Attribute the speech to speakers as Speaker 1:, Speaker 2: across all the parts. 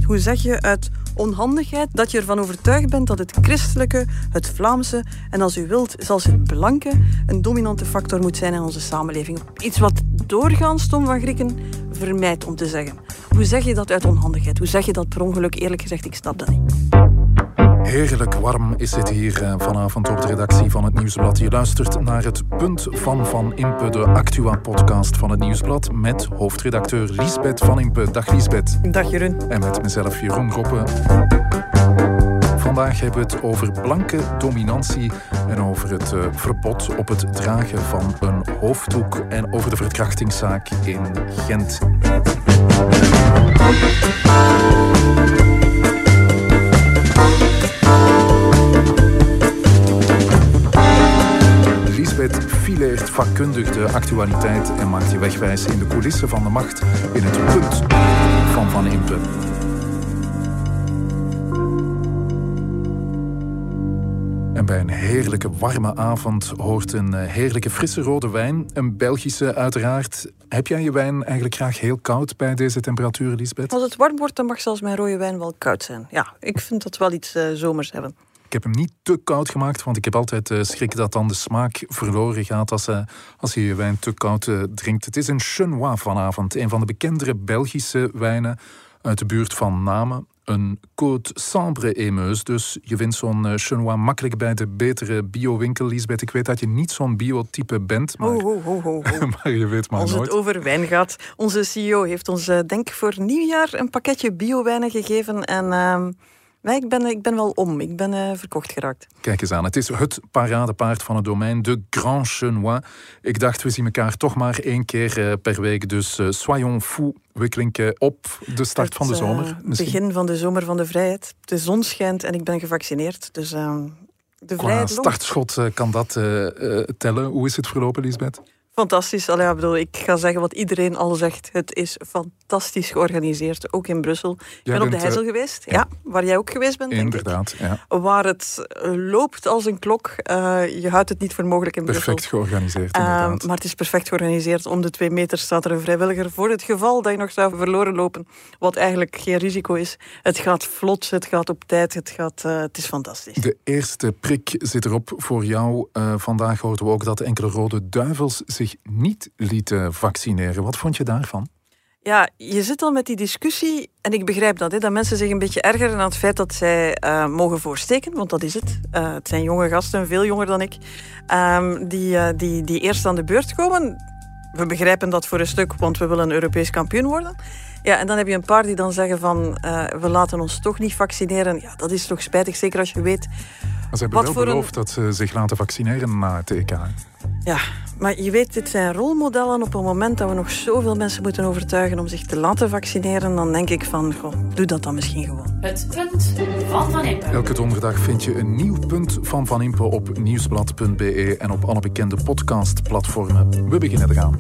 Speaker 1: Hoe zeg je uit onhandigheid dat je ervan overtuigd bent dat het christelijke, het Vlaamse en als u wilt, zelfs het blanke een dominante factor moet zijn in onze samenleving? Iets wat doorgaans Tom van Grieken vermijdt om te zeggen. Hoe zeg je dat uit onhandigheid? Hoe zeg je dat per ongeluk? Eerlijk gezegd, ik snap dat niet.
Speaker 2: Heerlijk warm is het hier vanavond op de redactie van het Nieuwsblad. Je luistert naar het Punt van Impe, de Actua-podcast van het Nieuwsblad, met hoofdredacteur Liesbeth Van Impe. Dag Liesbeth.
Speaker 1: Dag Jeroen.
Speaker 2: En met mezelf Jeroen Roppe. Vandaag hebben we het over blanke dominantie en over het verbod op het dragen van een hoofddoek en over de verkrachtingszaak in Gent. Liesbeth fileert vakkundig de actualiteit en maakt je wegwijs in de coulissen van de macht in het Punt van Impe. En bij een heerlijke warme avond hoort een heerlijke frisse rode wijn, een Belgische uiteraard. Heb jij je wijn eigenlijk graag heel koud bij deze temperaturen, Liesbeth?
Speaker 1: Als het warm wordt, dan mag zelfs mijn rode wijn wel koud zijn. Ja, ik vind dat wel iets zomers hebben.
Speaker 2: Ik heb hem niet te koud gemaakt, want ik heb altijd schrik dat dan de smaak verloren gaat als je je wijn te koud drinkt. Het is een Chenois vanavond, een van de bekendere Belgische wijnen uit de buurt van Namen. Een Côte Sambre Emeuse, dus je vindt zo'n Chenois makkelijk bij de betere bio-winkel, Liesbeth. Ik weet dat je niet zo'n biotype bent, maar, maar je weet maar
Speaker 1: als
Speaker 2: nooit.
Speaker 1: Als het over wijn gaat, onze CEO heeft ons denk voor nieuwjaar een pakketje bio-wijnen gegeven en... Ik ben wel om. Ik ben verkocht geraakt.
Speaker 2: Kijk eens aan. Het is het paradepaard van het domein, de Grand Chenois. Ik dacht, we zien elkaar toch maar 1 keer per week. Dus soyons fous. We klinken op de start van de zomer.
Speaker 1: Het begin van de zomer van de vrijheid. De zon schijnt en ik ben gevaccineerd. Dus de vrijheid
Speaker 2: loopt. Startschot kan dat tellen. Hoe is het verlopen, Liesbeth?
Speaker 1: Fantastisch. Ik ga zeggen wat iedereen al zegt. Het is fantastisch georganiseerd, ook in Brussel. Ik ben op de IJssel geweest, ja, waar jij ook geweest bent, denk
Speaker 2: inderdaad,
Speaker 1: ik.
Speaker 2: Ja.
Speaker 1: Waar het loopt als een klok. Je houdt het niet voor mogelijk in Brussel.
Speaker 2: Perfect georganiseerd, inderdaad.
Speaker 1: Maar het is perfect georganiseerd. Om de 2 meter staat er een vrijwilliger voor het geval dat je nog zou verloren lopen. Wat eigenlijk geen risico is. Het gaat vlot, het gaat op tijd, het is fantastisch.
Speaker 2: De eerste prik zit erop voor jou. Vandaag hoorden we ook dat enkele Rode Duivels zich niet lieten vaccineren. Wat vond je daarvan?
Speaker 1: Ja, je zit al met die discussie, en ik begrijp dat, dat mensen zich een beetje ergeren aan het feit dat zij mogen voorsteken, want dat is het. Het zijn jonge gasten, veel jonger dan ik, die eerst aan de beurt komen. We begrijpen dat voor een stuk, want we willen een Europees kampioen worden. Ja, en dan heb je een paar die dan zeggen van, we laten ons toch niet vaccineren. Ja, dat is toch spijtig, zeker als je weet...
Speaker 2: Maar ze hebben wel beloofd dat ze zich laten vaccineren na het EK.
Speaker 1: Ja, maar je weet, dit zijn rolmodellen. Op het moment dat we nog zoveel mensen moeten overtuigen om zich te laten vaccineren, dan denk ik van, doe dat dan misschien gewoon.
Speaker 3: Het Punt van Impe.
Speaker 2: Elke donderdag vind je een nieuw Punt van Impe op nieuwsblad.be en op alle bekende podcastplatformen. We beginnen eraan.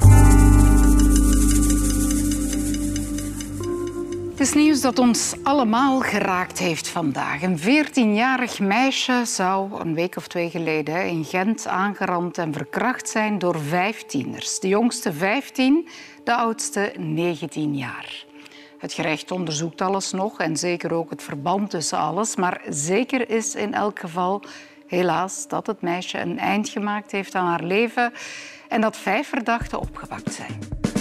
Speaker 4: Het is nieuws dat ons allemaal geraakt heeft vandaag. Een 14-jarig meisje zou een week of 2 geleden in Gent aangerand en verkracht zijn door 5 tieners. De jongste 15, de oudste 19 jaar. Het gerecht onderzoekt alles nog en zeker ook het verband tussen alles. Maar zeker is in elk geval, helaas, dat het meisje een eind gemaakt heeft aan haar leven en dat 5 verdachten opgepakt zijn.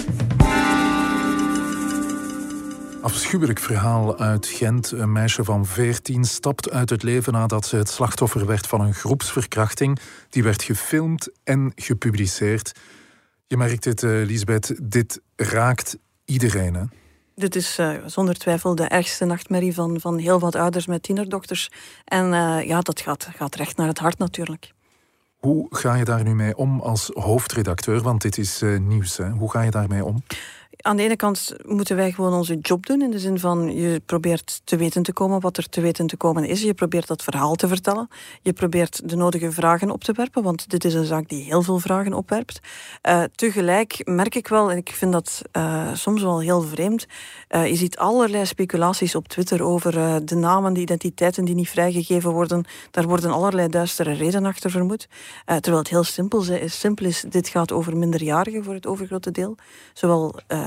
Speaker 2: Afschuwelijk verhaal uit Gent. Een meisje van 14 stapt uit het leven nadat ze het slachtoffer werd van een groepsverkrachting. Die werd gefilmd en gepubliceerd. Je merkt het, Liesbeth, dit raakt iedereen, hè?
Speaker 1: Dit is zonder twijfel de ergste nachtmerrie van heel wat ouders met tienerdochters. En dat gaat recht naar het hart natuurlijk.
Speaker 2: Hoe ga je daar nu mee om als hoofdredacteur? Want dit is nieuws, hè? Hoe ga je daarmee om?
Speaker 1: Aan de ene kant moeten wij gewoon onze job doen. In de zin van, je probeert te weten te komen wat er te weten te komen is. Je probeert dat verhaal te vertellen. Je probeert de nodige vragen op te werpen. Want dit is een zaak die heel veel vragen opwerpt. Tegelijk merk ik wel, en ik vind dat soms wel heel vreemd. Je ziet allerlei speculaties op Twitter over de namen, de identiteiten die niet vrijgegeven worden. Daar worden allerlei duistere redenen achter vermoed. Terwijl het heel simpel is. Dit gaat over minderjarigen voor het overgrote deel. Zowel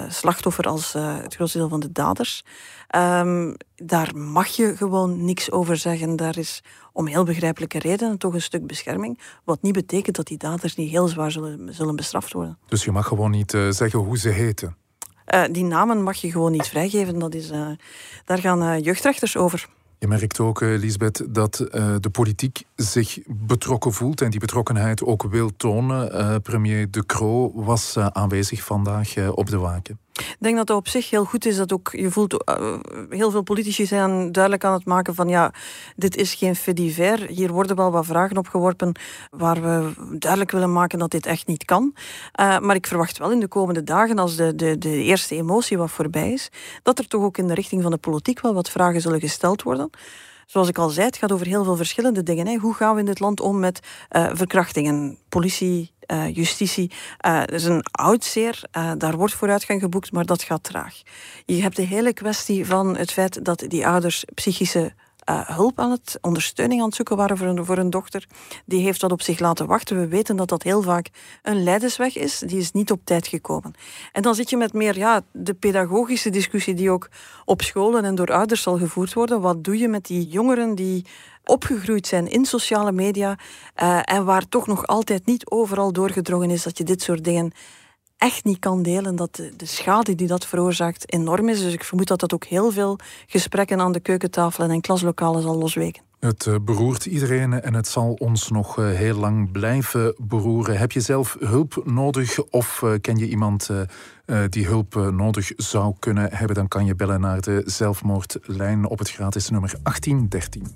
Speaker 1: slachtoffer als het grootste deel van de daders. Daar mag je gewoon niks over zeggen. Daar is om heel begrijpelijke redenen toch een stuk bescherming. Wat niet betekent dat die daders niet heel zwaar zullen bestraft worden.
Speaker 2: Dus je mag gewoon niet zeggen hoe ze heten?
Speaker 1: Die namen mag je gewoon niet vrijgeven. Daar gaan jeugdrechters over.
Speaker 2: Je merkt ook, Lisbeth, dat de politiek zich betrokken voelt en die betrokkenheid ook wil tonen. Premier De Croo was aanwezig vandaag op de Waken.
Speaker 1: Ik denk dat het op zich heel goed is dat ook, je voelt, heel veel politici zijn duidelijk aan het maken van ja, dit is geen fait divers. Hier worden wel wat vragen opgeworpen waar we duidelijk willen maken dat dit echt niet kan. Maar ik verwacht wel in de komende dagen, als de eerste emotie wat voorbij is, dat er toch ook in de richting van de politiek wel wat vragen zullen gesteld worden. Zoals ik al zei, het gaat over heel veel verschillende dingen. Hè. Hoe gaan we in dit land om met verkrachtingen, politie, justitie? Dat is een oud zeer, daar wordt vooruitgang geboekt, maar dat gaat traag. Je hebt de hele kwestie van het feit dat die ouders psychische hulp ondersteuning aan het zoeken waren voor een dochter. Die heeft dat op zich laten wachten. We weten dat dat heel vaak een lijdensweg is. Die is niet op tijd gekomen. En dan zit je met meer de pedagogische discussie die ook op scholen en door ouders zal gevoerd worden. Wat doe je met die jongeren die opgegroeid zijn in sociale media en waar toch nog altijd niet overal doorgedrongen is dat je dit soort dingen echt niet kan delen, dat de schade die dat veroorzaakt enorm is. Dus ik vermoed dat dat ook heel veel gesprekken aan de keukentafel en klaslokalen zal losweken.
Speaker 2: Het beroert iedereen en het zal ons nog heel lang blijven beroeren. Heb je zelf hulp nodig of ken je iemand die hulp nodig zou kunnen hebben? Dan kan je bellen naar de zelfmoordlijn op het gratis nummer 1813.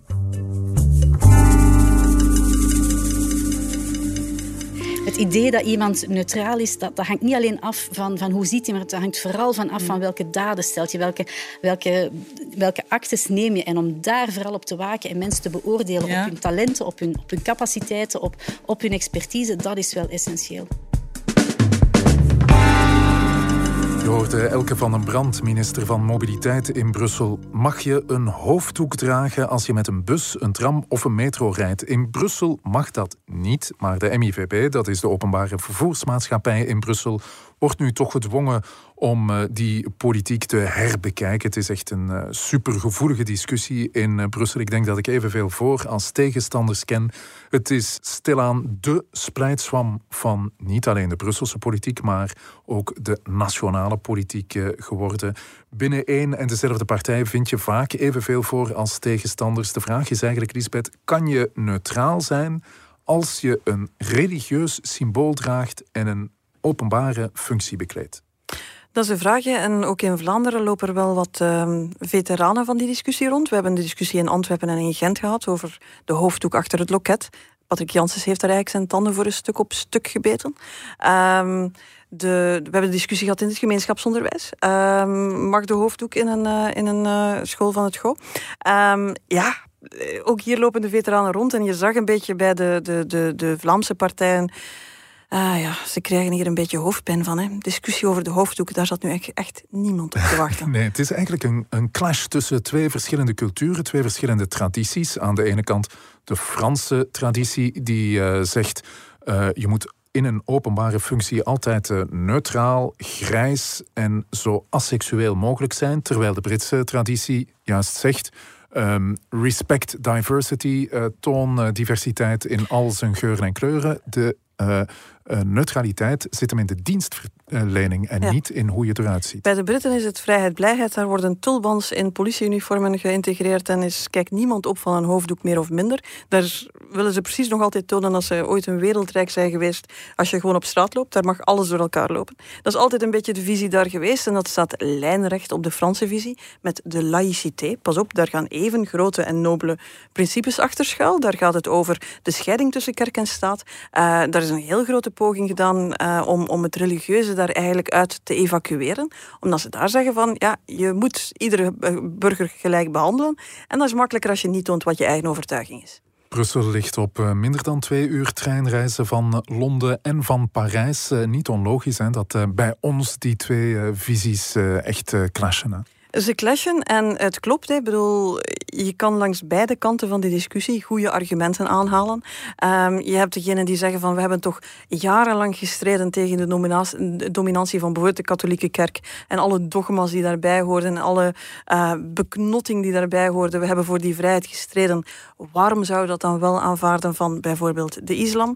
Speaker 5: Het idee dat iemand neutraal is, dat hangt niet alleen af van hoe ziet hij, maar het hangt vooral van af van welke daden stelt je, welke actes neem je. En om daar vooral op te waken en mensen te beoordelen op hun talenten, op hun capaciteiten, op hun expertise, dat is wel essentieel.
Speaker 2: Je hoorde Elke van den Brand, minister van Mobiliteit in Brussel. Mag je een hoofddoek dragen als je met een bus, een tram of een metro rijdt? In Brussel mag dat niet, maar de MIVB, dat is de openbare vervoersmaatschappij in Brussel, wordt nu toch gedwongen om die politiek te herbekijken. Het is echt een supergevoelige discussie in Brussel. Ik denk dat ik evenveel voor- als tegenstanders ken. Het is stilaan de splijtswam van niet alleen de Brusselse politiek, maar ook de nationale politiek geworden. Binnen één en dezelfde partij vind je vaak evenveel voor- als tegenstanders. De vraag is eigenlijk, Lisbeth, kan je neutraal zijn als je een religieus symbool draagt en een openbare functie bekleedt?
Speaker 1: Dat is een vraag. En ook in Vlaanderen lopen er wel wat veteranen van die discussie rond. We hebben de discussie in Antwerpen en in Gent gehad over de hoofddoek achter het loket. Patrick Janssens heeft daar eigenlijk zijn tanden voor een stuk op stuk gebeten. We hebben de discussie gehad in het gemeenschapsonderwijs. Mag de hoofddoek in een school van het GO? Ook hier lopen de veteranen rond. En je zag een beetje bij de Vlaamse partijen. Ze krijgen hier een beetje hoofdpijn van. Hè. Discussie over de hoofddoek, daar zat nu echt niemand op te wachten.
Speaker 2: Nee, het is eigenlijk een clash tussen twee verschillende culturen, twee verschillende tradities. Aan de ene kant de Franse traditie die zegt je moet in een openbare functie altijd neutraal, grijs en zo asexueel mogelijk zijn. Terwijl de Britse traditie juist zegt respect diversity, toon diversiteit in al zijn geuren en kleuren. De neutraliteit zit hem in de dienstverlening en niet in hoe je eruit ziet.
Speaker 1: Bij de Britten is het vrijheid, blijheid. Daar worden tulbans in politieuniformen geïntegreerd en kijkt niemand op van een hoofddoek meer of minder. Daar willen ze precies nog altijd tonen dat ze ooit een wereldrijk zijn geweest. Als je gewoon op straat loopt, daar mag alles door elkaar lopen. Dat is altijd een beetje de visie daar geweest en dat staat lijnrecht op de Franse visie met de laïcité. Pas op, daar gaan even grote en nobele principes achter schuil. Daar gaat het over de scheiding tussen kerk en staat. Daar is een heel grote poging gedaan om het religieuze daar eigenlijk uit te evacueren. Omdat ze daar zeggen van, je moet iedere burger gelijk behandelen. En dat is makkelijker als je niet toont wat je eigen overtuiging is.
Speaker 2: Brussel ligt op minder dan 2 uur treinreizen van Londen en van Parijs. Niet onlogisch dat bij ons die twee visies echt clashen. Hè?
Speaker 1: Ze clashen en het klopt. Ik bedoel, je kan langs beide kanten van de discussie goede argumenten aanhalen. Je hebt degenen die zeggen van we hebben toch jarenlang gestreden tegen de dominantie van bijvoorbeeld de katholieke kerk en alle dogma's die daarbij hoorden en alle beknotting die daarbij hoorde. We hebben voor die vrijheid gestreden. Waarom zou je dat dan wel aanvaarden van bijvoorbeeld de islam?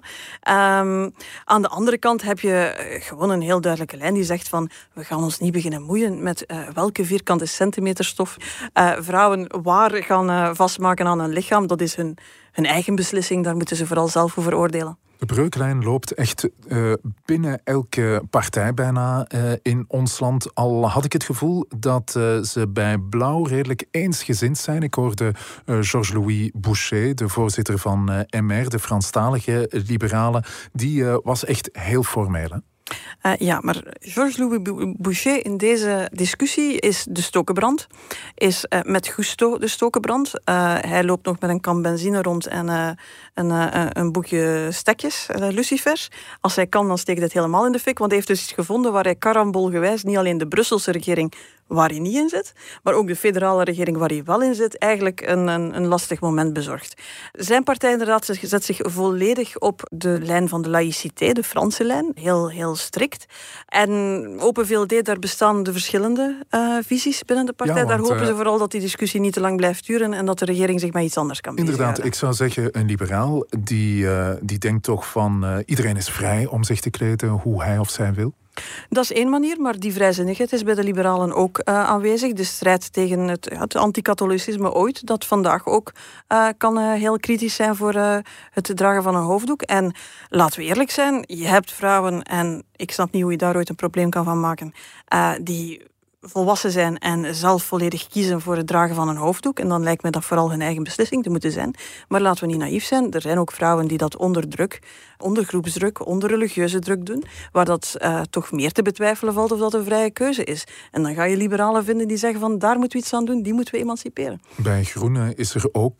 Speaker 1: Aan de andere kant heb je gewoon een heel duidelijke lijn die zegt van we gaan ons niet beginnen moeien met welke vierkante centimeter stof vrouwen waar gaan vastmaken aan hun lichaam. Dat is hun eigen beslissing, daar moeten ze vooral zelf over oordelen.
Speaker 2: De breuklijn loopt echt binnen elke partij bijna in ons land. Al had ik het gevoel dat ze bij Blauw redelijk eensgezind zijn. Ik hoorde Georges-Louis Bouchet, de voorzitter van MR, de Franstalige liberalen. Die was echt heel formeel, hè?
Speaker 1: Ja, maar Georges-Louis Bouchet in deze discussie is de stokenbrand. Is met gusto de stokenbrand. Hij loopt nog met een kan benzine rond en een boekje stekjes, lucifers. Als hij kan, dan steekt het helemaal in de fik. Want hij heeft dus iets gevonden waar hij karambolgewijs niet alleen de Brusselse regering waar hij niet in zit, maar ook de federale regering waar hij wel in zit, eigenlijk een lastig moment bezorgt. Zijn partij inderdaad zet zich volledig op de lijn van de laïcité, de Franse lijn, heel strikt. En Open VLD, daar bestaan de verschillende visies binnen de partij. Ja, daar hopen ze vooral dat die discussie niet te lang blijft duren en dat de regering zich met iets anders kan bezighouden.
Speaker 2: Inderdaad, ik zou zeggen, een liberaal die denkt toch van iedereen is vrij om zich te kleden hoe hij of zij wil.
Speaker 1: Dat is één manier, maar die vrijzinnigheid is bij de liberalen ook aanwezig. De strijd tegen het anti-katholicisme ooit, dat vandaag ook kan heel kritisch zijn voor het dragen van een hoofddoek. En laten we eerlijk zijn, je hebt vrouwen, en ik snap niet hoe je daar ooit een probleem kan van maken, die volwassen zijn en zelf volledig kiezen voor het dragen van een hoofddoek. En dan lijkt me dat vooral hun eigen beslissing te moeten zijn. Maar laten we niet naïef zijn. Er zijn ook vrouwen die dat onder druk, onder groepsdruk, onder religieuze druk doen, waar dat toch meer te betwijfelen valt of dat een vrije keuze is. En dan ga je liberalen vinden die zeggen van daar moeten we iets aan doen, die moeten we emanciperen.
Speaker 2: Bij Groenen is er ook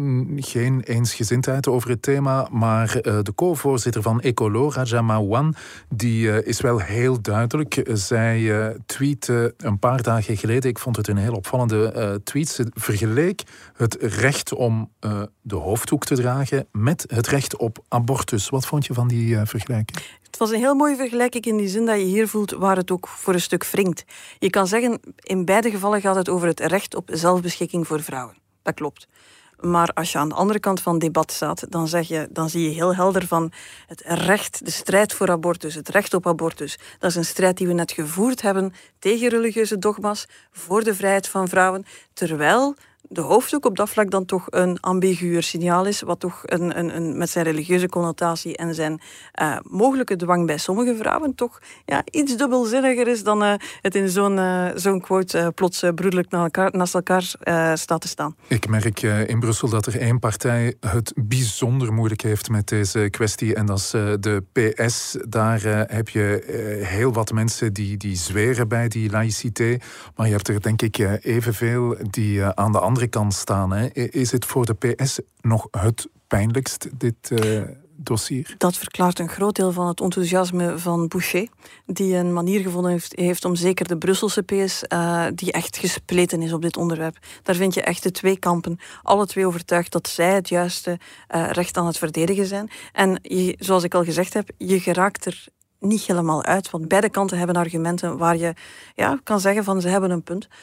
Speaker 2: geen eensgezindheid over het thema, maar de co-voorzitter van Ecolo, Raja Mawan, die is wel heel duidelijk. Zij tweette een paar dagen geleden, ik vond het een heel opvallende tweet, ze vergeleek het recht om de hoofddoek te dragen met het recht op abortus. Wat vond je van die vergelijking?
Speaker 1: Het was een heel mooie vergelijking in die zin dat je hier voelt waar het ook voor een stuk wringt. Je kan zeggen, in beide gevallen gaat het over het recht op zelfbeschikking voor vrouwen. Dat klopt. Maar als je aan de andere kant van het debat staat, dan zie je heel helder van het recht, de strijd voor abortus, het recht op abortus. Dat is een strijd die we net gevoerd hebben tegen religieuze dogma's, voor de vrijheid van vrouwen, terwijl de hoofddoek op dat vlak dan toch een ambiguur signaal is, wat toch met zijn religieuze connotatie en zijn mogelijke dwang bij sommige vrouwen toch iets dubbelzinniger is dan het in zo'n quote plots broederlijk naast elkaar staat te staan.
Speaker 2: Ik merk in Brussel dat er één partij het bijzonder moeilijk heeft met deze kwestie en dat is de PS. Daar heb je heel wat mensen die zweren bij die laïcité, maar je hebt er denk ik evenveel die aan de andere kant staan. Hè. Is het voor de PS nog het pijnlijkst, dit dossier?
Speaker 1: Dat verklaart een groot deel van het enthousiasme van Bouchet, die een manier gevonden heeft om zeker de Brusselse PS, die echt gespleten is op dit onderwerp. Daar vind je echt de twee kampen, alle twee overtuigd dat zij het juiste recht aan het verdedigen zijn. En zoals ik al gezegd heb, je geraakt er niet helemaal uit, want beide kanten hebben argumenten waar je kan zeggen van ze hebben een punt.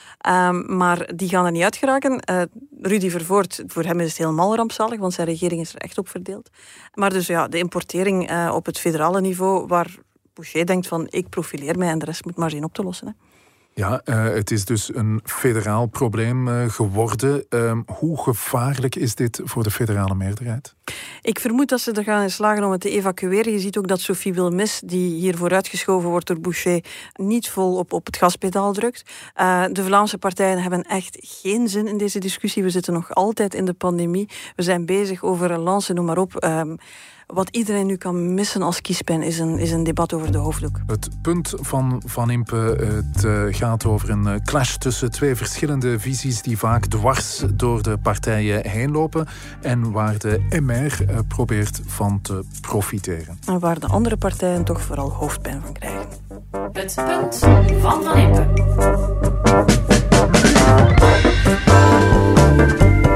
Speaker 1: Maar die gaan er niet uit geraken. Rudy Vervoort, voor hem is het helemaal rampzalig, want zijn regering is er echt op verdeeld. Maar dus de importering op het federale niveau, waar Bouchet denkt van ik profileer mij en de rest moet maar zien op te lossen. Hè.
Speaker 2: Ja, het is dus een federaal probleem geworden. Hoe gevaarlijk is dit voor de federale meerderheid? Ik
Speaker 1: vermoed dat ze er gaan in slagen om het te evacueren. Je ziet ook dat Sophie Wilmes, die hier vooruitgeschoven wordt door Bouchet, niet vol op het gaspedaal drukt. De Vlaamse partijen hebben echt geen zin in deze discussie. We zitten nog altijd in de pandemie. We zijn bezig over Lance, noem maar op. Wat iedereen nu kan missen als kiespijn is een debat over de hoofddoek.
Speaker 2: Het punt van Van Impe, het gaat over een clash tussen twee verschillende visies die vaak dwars door de partijen heen lopen en waar de MR probeert van te profiteren.
Speaker 1: En waar de andere partijen toch vooral hoofdpijn van krijgen.
Speaker 3: Het punt van Van Impe.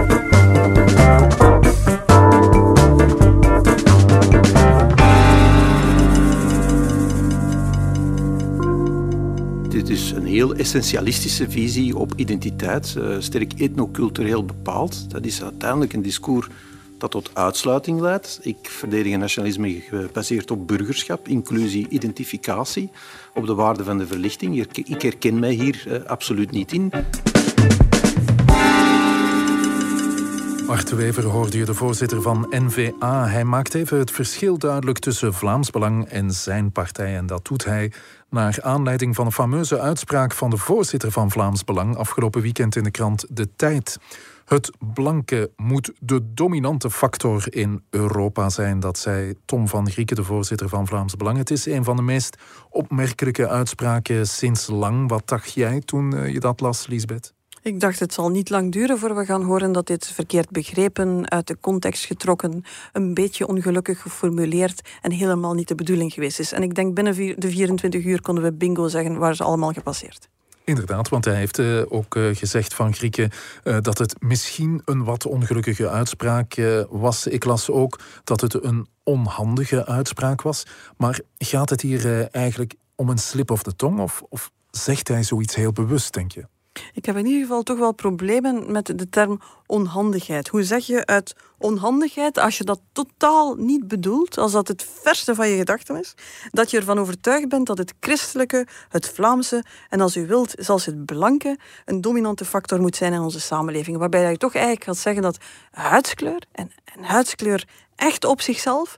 Speaker 6: heel essentialistische visie op identiteit, sterk etnocultureel bepaald. Dat is uiteindelijk een discours dat tot uitsluiting leidt. Ik verdedig een nationalisme gebaseerd op burgerschap, inclusie, identificatie, op de waarde van de verlichting. Ik herken mij hier absoluut niet in.
Speaker 2: Bart de Wever hoorde je, de voorzitter van N-VA. Hij maakt even het verschil duidelijk tussen Vlaams Belang en zijn partij. En dat doet hij naar aanleiding van een fameuze uitspraak van de voorzitter van Vlaams Belang afgelopen weekend in de krant De Tijd. Het blanke moet de dominante factor in Europa zijn, dat zei Tom van Grieken, de voorzitter van Vlaams Belang. Het is een van de meest opmerkelijke uitspraken sinds lang. Wat dacht jij toen je dat las, Liesbeth?
Speaker 1: Ik dacht, het zal niet lang duren voor we gaan horen dat dit verkeerd begrepen, uit de context getrokken, een beetje ongelukkig geformuleerd en helemaal niet de bedoeling geweest is. En ik denk binnen de 24 uur konden we bingo zeggen waar ze allemaal gepasseerd.
Speaker 2: Inderdaad, want hij heeft ook gezegd van Grieken dat het misschien een wat ongelukkige uitspraak was. Ik las ook dat het een onhandige uitspraak was. Maar gaat het hier eigenlijk om een slip of the tongue of zegt hij zoiets heel bewust, denk je?
Speaker 1: Ik heb in ieder geval toch wel problemen met de term onhandigheid. Hoe zeg je uit onhandigheid, als je dat totaal niet bedoelt, als dat het verste van je gedachten is, dat je ervan overtuigd bent dat het christelijke, het Vlaamse en als u wilt, zelfs het blanke, een dominante factor moet zijn in onze samenleving. Waarbij je toch eigenlijk gaat zeggen dat huidskleur en huidskleur echt op zichzelf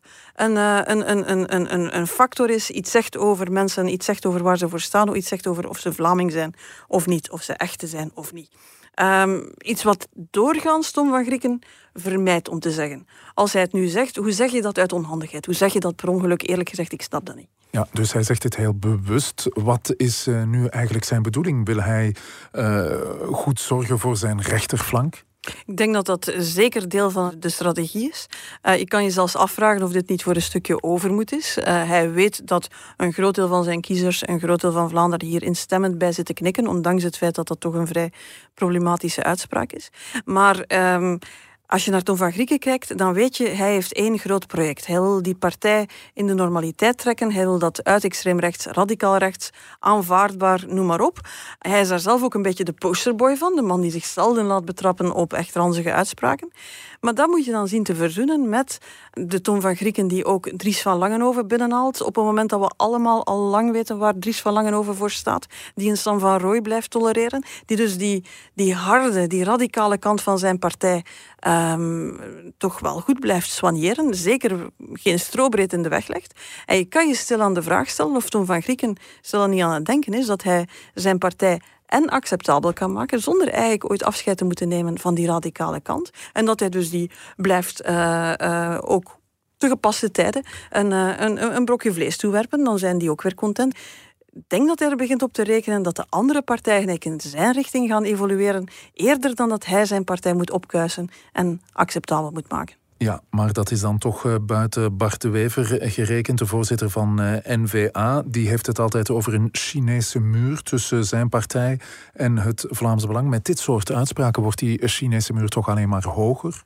Speaker 1: een factor is, iets zegt over mensen, iets zegt over waar ze voor staan, of iets zegt over of ze Vlaming zijn of niet, of ze echte zijn of niet. Iets wat doorgaans Tom van Grieken vermijdt om te zeggen. Als hij het nu zegt, hoe zeg je dat uit onhandigheid? Hoe zeg je dat per ongeluk? Eerlijk gezegd, ik snap dat niet.
Speaker 2: Ja, dus hij zegt het heel bewust. Wat is nu eigenlijk zijn bedoeling? Wil hij goed zorgen voor zijn rechterflank?
Speaker 1: Ik denk dat dat zeker deel van de strategie is. Je kan je zelfs afvragen of dit niet voor een stukje overmoed is. Hij weet dat een groot deel van zijn kiezers, een groot deel van Vlaanderen hier instemmend bij zitten knikken, ondanks het feit dat dat toch een vrij problematische uitspraak is. Maar als je naar Tom van Grieken kijkt, dan weet je, hij heeft één groot project. Hij wil die partij in de normaliteit trekken. Hij wil dat uit extreem rechts, radicaal rechts, aanvaardbaar, noem maar op. Hij is daar zelf ook een beetje de posterboy van. De man die zich zelden laat betrappen op echt ranzige uitspraken. Maar dat moet je dan zien te verzoenen met de Tom van Grieken die ook Dries van Langenhoven binnenhaalt. Op het moment dat we allemaal al lang weten waar Dries van Langenhoven voor staat. Die een Sam van Rooij blijft tolereren. Die dus die harde, die radicale kant van zijn partij toch wel goed blijft soigneren. Zeker geen strobreed in de weg legt. En je kan je stil aan de vraag stellen of Tom van Grieken stil niet aan het denken is dat hij zijn partij en acceptabel kan maken, zonder eigenlijk ooit afscheid te moeten nemen van die radicale kant. En dat hij dus die blijft ook te gepaste tijden een brokje vlees toewerpen, dan zijn die ook weer content. Ik denk dat hij er begint op te rekenen dat de andere partijen in zijn richting gaan evolueren, eerder dan dat hij zijn partij moet opkuisen en acceptabel moet maken.
Speaker 2: Ja, maar dat is dan toch buiten Bart de Wever gerekend, de voorzitter van N-VA. Die heeft het altijd over een Chinese muur tussen zijn partij en het Vlaams Belang. Met dit soort uitspraken wordt die Chinese muur toch alleen maar hoger?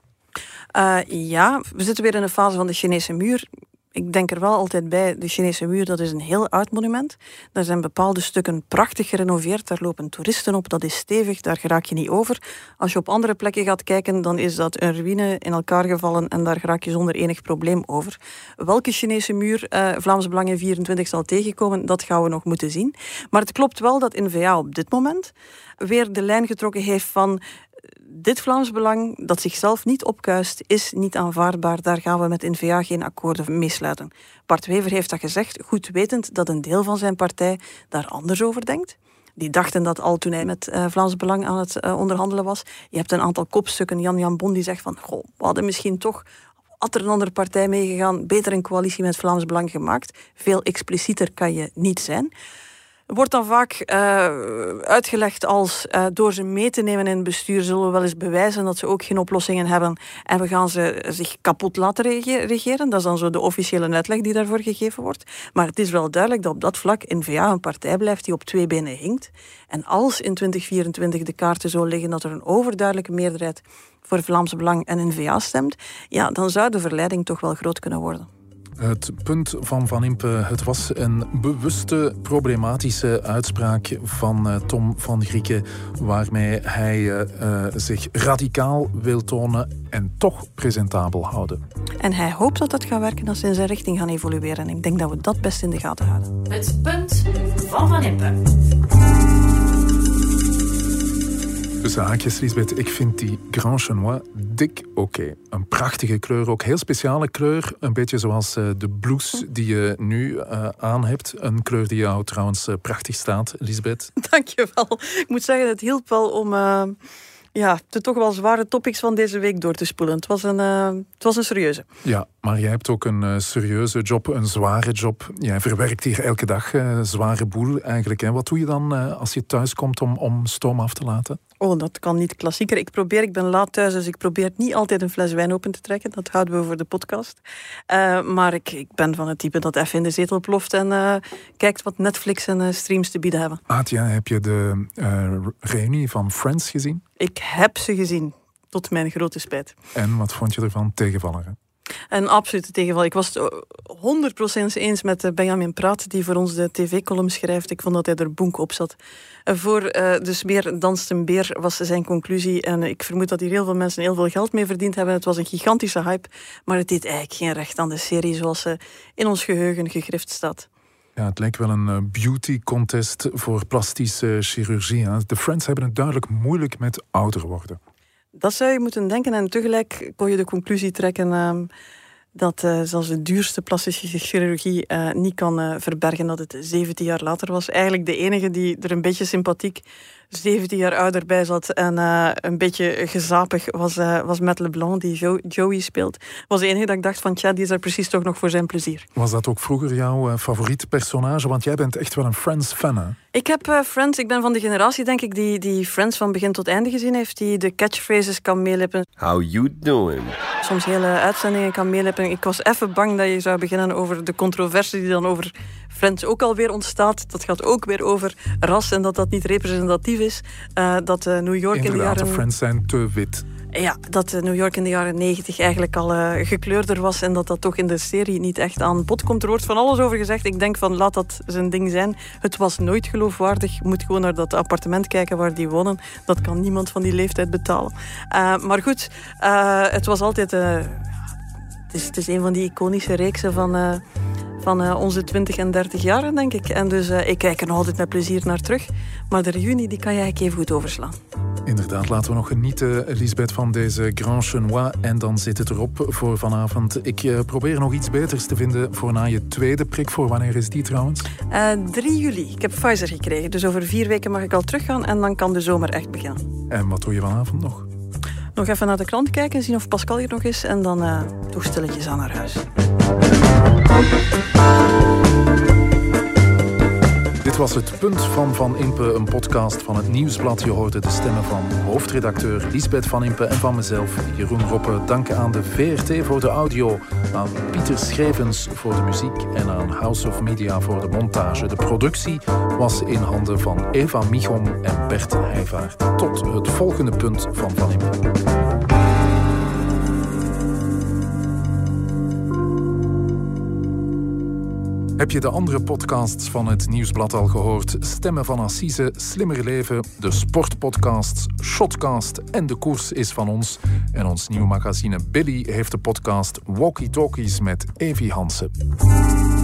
Speaker 1: Ja, we zitten weer in de fase van de Chinese muur. Ik denk er wel altijd bij, de Chinese muur, dat is een heel oud monument. Daar zijn bepaalde stukken prachtig gerenoveerd. Daar lopen toeristen op, dat is stevig, daar geraak je niet over. Als je op andere plekken gaat kijken, dan is dat een ruïne in elkaar gevallen en daar geraak je zonder enig probleem over. Welke Chinese muur Vlaams Belang in 24 zal tegenkomen, dat gaan we nog moeten zien. Maar het klopt wel dat N-VA op dit moment weer de lijn getrokken heeft van dit Vlaams Belang, dat zichzelf niet opkuist, is niet aanvaardbaar. Daar gaan we met N-VA geen akkoorden mee sluiten. Bart Wever heeft dat gezegd, goed wetend dat een deel van zijn partij daar anders over denkt. Die dachten dat al toen hij met Vlaams Belang aan het onderhandelen was. Je hebt een aantal kopstukken, Jan Bon, die zegt van, goh, we hadden misschien toch, had er een andere partij meegegaan, beter een coalitie met Vlaams Belang gemaakt. Veel explicieter kan je niet zijn. Wordt dan vaak uitgelegd als door ze mee te nemen in het bestuur zullen we wel eens bewijzen dat ze ook geen oplossingen hebben en we gaan ze zich kapot laten regeren. Dat is dan zo de officiële uitleg die daarvoor gegeven wordt. Maar het is wel duidelijk dat op dat vlak N-VA een partij blijft die op twee benen hinkt. En als in 2024 de kaarten zo liggen dat er een overduidelijke meerderheid voor Vlaams Belang en N-VA stemt, ja, dan zou de verleiding toch wel groot kunnen worden.
Speaker 2: Het punt van Van Impe, het was een bewuste, problematische uitspraak van Tom van Grieken, waarmee hij zich radicaal wil tonen en toch presentabel houden.
Speaker 1: En hij hoopt dat dat gaat werken als ze in zijn richting gaan evolueren. En ik denk dat we dat best in de gaten houden.
Speaker 3: Het punt van Impe.
Speaker 2: Tussen haakjes, Lisbeth, ik vind die Grand Chenois dik oké. Een prachtige kleur, ook heel speciale kleur. Een beetje zoals de blouse die je nu aan hebt. Een kleur die jou trouwens prachtig staat, Lisbeth.
Speaker 1: Dankjewel. Ik moet zeggen, het hielp wel om de toch wel zware topics van deze week door te spoelen. Het was een serieuze.
Speaker 2: Ja, maar jij hebt ook een serieuze job, een zware job. Jij verwerkt hier elke dag zware boel eigenlijk. Hè. Wat doe je dan als je thuis komt om stoom af te laten?
Speaker 1: Oh, dat kan niet klassieker. Ik ben laat thuis, dus ik probeer niet altijd een fles wijn open te trekken. Dat houden we voor de podcast. Maar ik ben van het type dat even in de zetel ploft en kijkt wat Netflix en streams te bieden hebben.
Speaker 2: Aatja, heb je de reunie van Friends gezien?
Speaker 1: Ik heb ze gezien, tot mijn grote spijt.
Speaker 2: En wat vond je ervan? Tegenvaller, hè?
Speaker 1: Een absolute tegenval. Ik was het 100% eens met Benjamin Praat, die voor ons de tv-column schrijft. Ik vond dat hij er boenk op zat. Voor de smeer danst een beer, was zijn conclusie. En ik vermoed dat hier heel veel mensen heel veel geld mee verdiend hebben. Het was een gigantische hype, maar het deed eigenlijk geen recht aan de serie zoals ze in ons geheugen gegrift staat.
Speaker 2: Ja, het lijkt wel een beauty contest voor plastische chirurgie. Hè? De Friends hebben het duidelijk moeilijk met ouder worden.
Speaker 1: Dat zou je moeten denken en tegelijk kon je de conclusie trekken dat zelfs de duurste plastische chirurgie niet kan verbergen dat het 17 jaar later was. Eigenlijk de enige die er een beetje sympathiek 17 jaar ouder bij zat en een beetje gezapig was Matt LeBlanc, die Joey speelt. Was de enige dat ik dacht van, tja, die is er precies toch nog voor zijn plezier.
Speaker 2: Was dat ook vroeger jouw favoriet personage? Want jij bent echt wel een Friends-fan, hè?
Speaker 1: Ik heb Friends, ik ben van de generatie, denk ik, die Friends van begin tot einde gezien heeft, die de catchphrases kan meelippen.
Speaker 7: How you doing?
Speaker 1: Soms hele uitzendingen kan meelippen. Ik was even bang dat je zou beginnen over de controverse die dan over Friends ook alweer ontstaat. Dat gaat ook weer over ras en dat niet representatief is. Dat New York in de jaren...
Speaker 2: de Friends zijn te wit.
Speaker 1: Ja, dat New York in de jaren 90 eigenlijk al gekleurder was en dat toch in de serie niet echt aan bod komt. Er wordt van alles over gezegd. Ik denk van, laat dat zijn ding zijn. Het was nooit geloofwaardig. Je moet gewoon naar dat appartement kijken waar die wonen. Dat kan niemand van die leeftijd betalen. Maar goed, het was altijd... Het is een van die iconische reeksen van onze 20 en 30 jaren, denk ik. En dus ik kijk er nog altijd met plezier naar terug. Maar de reunie die kan je eigenlijk even goed overslaan.
Speaker 2: Inderdaad, laten we nog genieten, Lisbeth, van deze Grand Chenois. En dan zit het erop voor vanavond. Ik probeer nog iets beters te vinden voor na je tweede prik. Voor wanneer is die trouwens?
Speaker 1: 3 juli. Ik heb Pfizer gekregen. Dus over 4 weken mag ik al teruggaan en dan kan de zomer echt beginnen.
Speaker 2: En wat doe je vanavond nog?
Speaker 1: Nog even naar de krant kijken, zien of Pascal hier nog is. En dan toch stilletjes aan naar huis.
Speaker 2: Dit was het punt van Impe, een podcast van het Nieuwsblad. Je hoorde de stemmen van hoofdredacteur Lisbeth Van Impe en van mezelf, Jeroen Roppe. Dank aan de VRT voor de audio, aan Pieter Schrevens voor de muziek en aan House of Media voor de montage. De productie was in handen van Eva Michom en Bert Heijvaart. Tot het volgende punt van Impe. Heb je de andere podcasts van het Nieuwsblad al gehoord? Stemmen van Assise, Slimmer Leven, de sportpodcasts, Shotcast en De Koers is van ons. En ons nieuwe magazine Billy heeft de podcast Walkie Talkies met Evi Hansen.